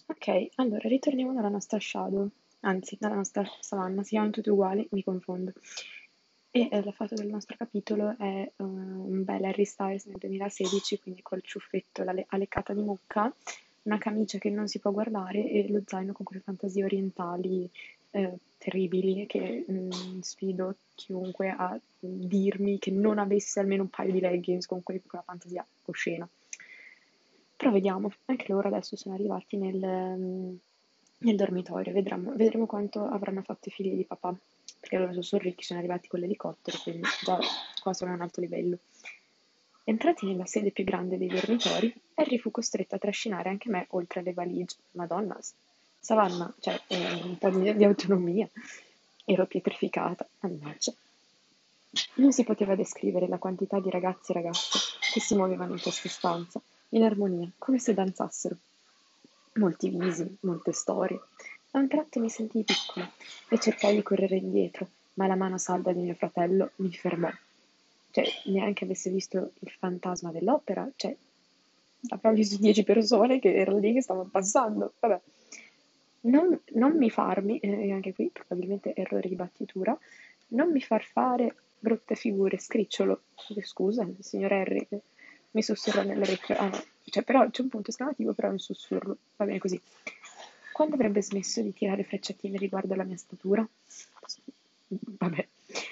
Ok, allora ritorniamo dalla nostra Shadow, anzi dalla nostra Savannah, si chiamano tutti uguali, mi confondo. E la foto del nostro capitolo è un bel Harry Styles nel 2016, quindi col ciuffetto, la leccata di mucca, una camicia che non si può guardare e lo zaino con quelle fantasie orientali terribili che sfido chiunque a dirmi che non avesse almeno un paio di leggings con quella fantasia oscena. Però vediamo, anche loro adesso sono arrivati nel dormitorio, vedremo quanto avranno fatto i figli di papà, perché loro sono ricchi, sono arrivati con l'elicottero, quindi già qua sono a un alto livello. Entrati nella sede più grande dei dormitori, Harry fu costretto a trascinare anche me oltre le valigie. Madonna, Savannah, cioè, un po' di autonomia. Ero pietrificata, mannaggia. Non si poteva descrivere la quantità di ragazzi e ragazze che si muovevano in questa stanza, in armonia, come se danzassero. Molti visi, molte storie. A un tratto mi sentii piccola e cercai di correre indietro, ma la mano salda di mio fratello mi fermò. Cioè, neanche avesse visto il fantasma dell'opera, cioè, avrò visto 10 persone che erano lì che stavano passando. Vabbè. Non mi farmi, e anche qui probabilmente errore di battitura, non mi far fare brutte figure, scricciolo. Scusa, signor Harry, mi sussurrò nell'orecchio. Ah no, cioè, però c'è un punto esclamativo, però è un sussurro. Va bene così. Quando avrebbe smesso di tirare frecciatine riguardo alla mia statura? Vabbè.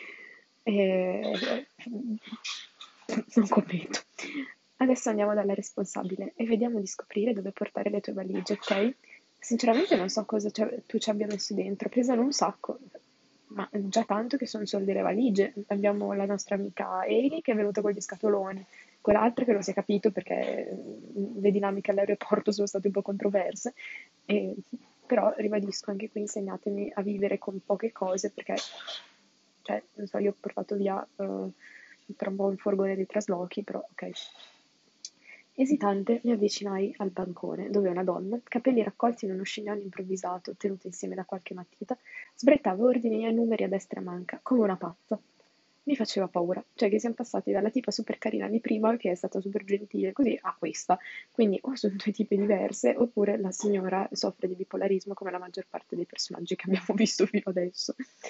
Eh, non commento. Adesso andiamo dalla responsabile e vediamo di scoprire dove portare le tue valigie, ok? Sinceramente non so cosa tu ci abbia messo dentro, pesano un sacco, ma già tanto che sono solo delle valigie. Abbiamo la nostra amica Hailey che è venuta con gli scatoloni, quell'altra che non si è capito perché le dinamiche all'aeroporto sono state un po' controverse, e, però ribadisco anche qui insegnatemi a vivere con poche cose perché, cioè, non so, io ho portato via tra un po' un furgone di traslochi, però ok. Esitante mi avvicinai al bancone, dove una donna, capelli raccolti in uno sciglione improvvisato, tenuto insieme da qualche matita, sbrettava ordini e numeri a destra e a manca, come una pazza. Mi faceva paura, cioè che siamo passati dalla tipa super carina di prima, che è stata super gentile, così, a questa. Quindi o sono due tipe diverse, oppure la signora soffre di bipolarismo come la maggior parte dei personaggi che abbiamo visto fino adesso.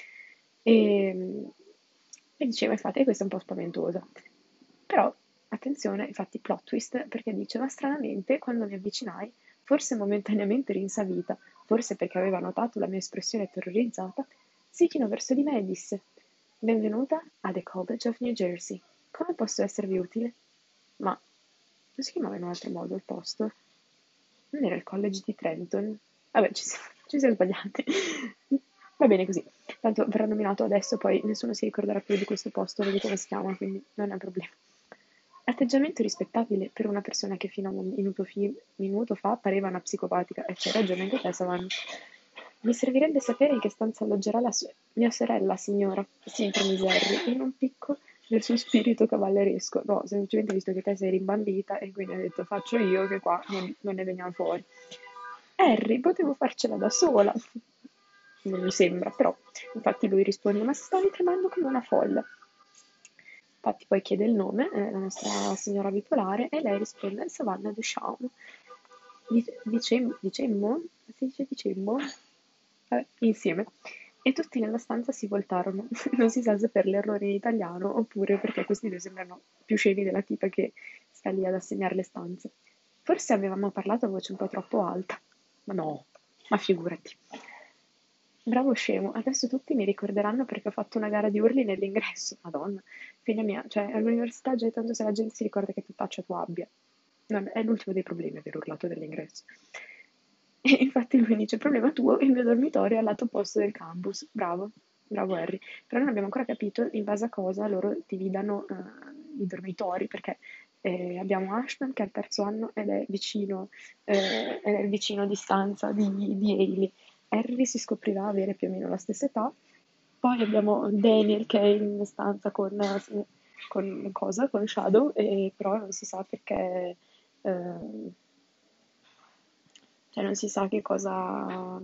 E, e diceva, infatti, questa è un po' spaventosa. Però, attenzione, infatti, plot twist, perché dice, ma stranamente, quando mi avvicinai, forse momentaneamente rinsavita, forse perché aveva notato la mia espressione terrorizzata, si chinò verso di me e disse, benvenuta a The College of New Jersey. Come posso esservi utile? Ma non si chiamava in un altro modo il posto? Non era il College di Trenton? Vabbè, ci siamo sbagliati. Va bene così. Tanto verrà nominato adesso, poi nessuno si ricorderà più di questo posto, né di come si chiama, quindi non è un problema. Atteggiamento rispettabile per una persona che fino a un minuto fa pareva una psicopatica, e c'hai ragione anche te, Savannah. Mi servirebbe sapere in che stanza alloggerà mia sorella, signora, si intromise Harry, in un picco del suo spirito cavalleresco. No, semplicemente visto che te sei rimbambita e quindi ha detto faccio io che qua non ne veniamo fuori. Harry, potevo farcela da sola. Non mi sembra, però infatti lui risponde, ma stavi tremando come una folla. Infatti poi chiede il nome, la nostra signora bipolare, e lei risponde, Savannah Duchamp. Dicemmo? Si dice dicemmo? Insieme. E tutti nella stanza si voltarono. Non si sa se per l'errore in italiano oppure perché questi due sembrano più scemi della tipa che sta lì ad assegnare le stanze. Forse avevamo parlato a voce un po' troppo alta. Ma no, ma figurati. Bravo scemo, adesso tutti mi ricorderanno perché ho fatto una gara di urli nell'ingresso. Madonna, figlia mia, cioè all'università già è tanto se la gente si ricorda che tu faccia tu abbia. È l'ultimo dei problemi aver urlato nell'ingresso. E infatti lui dice, problema tuo, il mio dormitorio è al lato opposto del campus. Bravo, bravo Harry. Però non abbiamo ancora capito in base a cosa loro dividano i dormitori, perché abbiamo Ashton che è al terzo anno ed è vicino di stanza di Hailey. Harry si scoprirà avere più o meno la stessa età. Poi abbiamo Daniel che è in stanza con Shadow, e però non si sa perché, eh, cioè non si sa che cosa,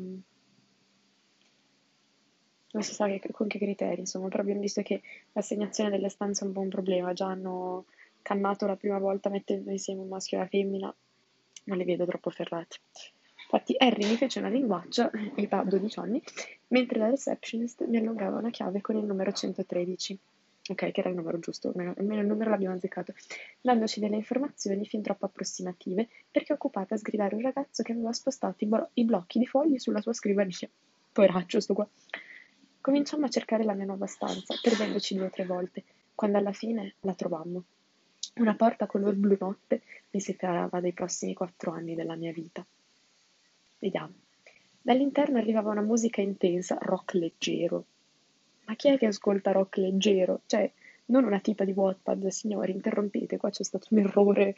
non si sa con che criteri, insomma, però abbiamo visto che l'assegnazione delle stanze è un po' un problema, già hanno cannato la prima volta mettendo insieme un maschio e una femmina, non li vedo troppo ferrati. Infatti Harry mi fece una linguaccia, età 12 anni, mentre la receptionist mi allungava una chiave con il numero 113. Ok, che era il numero giusto, almeno il numero l'abbiamo azzeccato, dandoci delle informazioni fin troppo approssimative, perché occupata a sgridare un ragazzo che aveva spostato i blocchi di fogli sulla sua scrivania. Poveraccio sto qua. Cominciammo a cercare la mia nuova stanza, perdendoci 2 o 3 volte, quando alla fine la trovammo. Una porta color blu notte mi separava dai prossimi 4 anni della mia vita. Vediamo. Dall'interno arrivava una musica intensa, rock leggero. Ma chi è che ascolta rock leggero? Cioè, non una tipa di Wattpad, signori, interrompete, qua c'è stato un errore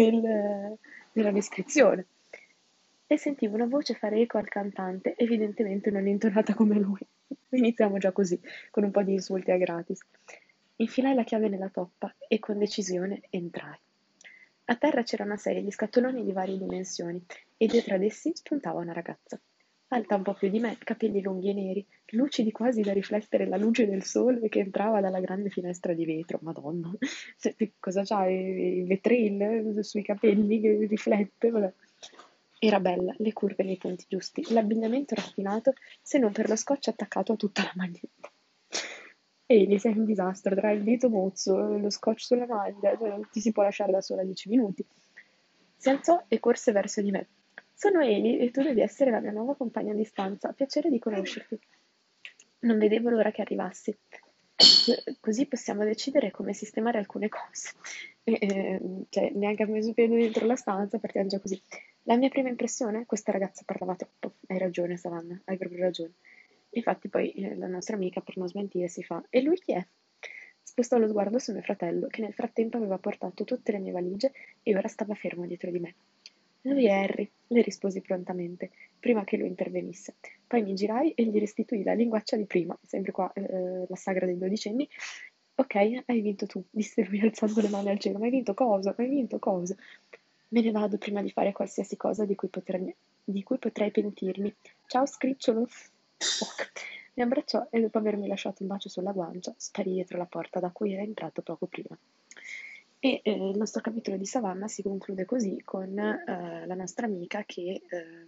nella descrizione. E sentivo una voce fare eco al cantante, evidentemente non intonata come lui. Iniziamo già così, con un po' di insulti a gratis. Infilai la chiave nella toppa e con decisione entrai. A terra c'era una serie di scatoloni di varie dimensioni e dietro ad essi spuntava una ragazza. Alta un po' più di me, capelli lunghi e neri, lucidi quasi da riflettere la luce del sole che entrava dalla grande finestra di vetro. Madonna, cosa c'ha? I vetril sui capelli che riflette? Vabbè. Era bella, le curve nei punti giusti, l'abbigliamento raffinato, se non per lo scotch attaccato a tutta la maglietta. Ehi, sei un disastro, tra il dito mozzo e lo scotch sulla maglia, cioè non ti si può lasciare da sola 10 minuti. Si alzò e corse verso di me. Sono Eli e tu devi essere la mia nuova compagna di stanza. Piacere di conoscerti. Non vedevo l'ora che arrivassi. Così possiamo decidere come sistemare alcune cose. Cioè, neanche ha messo piede dentro la stanza, partiamo già così. La mia prima impressione, questa ragazza parlava troppo. Hai ragione, Savannah, hai proprio ragione. Infatti poi la nostra amica, per non smentire, si fa: E lui chi è? Spostò lo sguardo su mio fratello, che nel frattempo aveva portato tutte le mie valigie e ora stava fermo dietro di me. Lui è Harry, le risposi prontamente, prima che lui intervenisse. Poi mi girai e gli restituì la linguaccia di prima, sempre qua la sagra dei dodicenni. Ok, hai vinto tu, disse lui alzando le mani al cielo. Ma hai vinto cosa? Ma hai vinto cosa? Me ne vado prima di fare qualsiasi cosa di cui potrei pentirmi. Ciao, scricciolo. Fuck. Mi abbracciò e dopo avermi lasciato un bacio sulla guancia, sparì dietro la porta da cui era entrato poco prima. E il nostro capitolo di Savannah si conclude così con la nostra amica che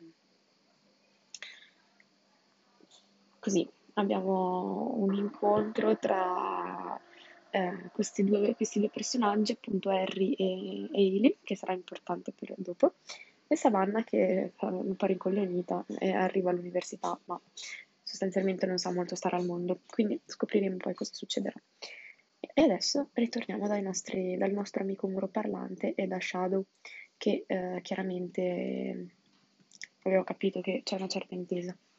così abbiamo un incontro tra questi due personaggi, appunto Harry e Hailey, che sarà importante per dopo, e Savannah che fa un po' rincoglionita e arriva all'università, ma sostanzialmente non sa molto stare al mondo, quindi scopriremo poi cosa succederà. E adesso ritorniamo dal nostro amico muro parlante e da Shadow, che chiaramente avevo capito che c'è una certa intesa.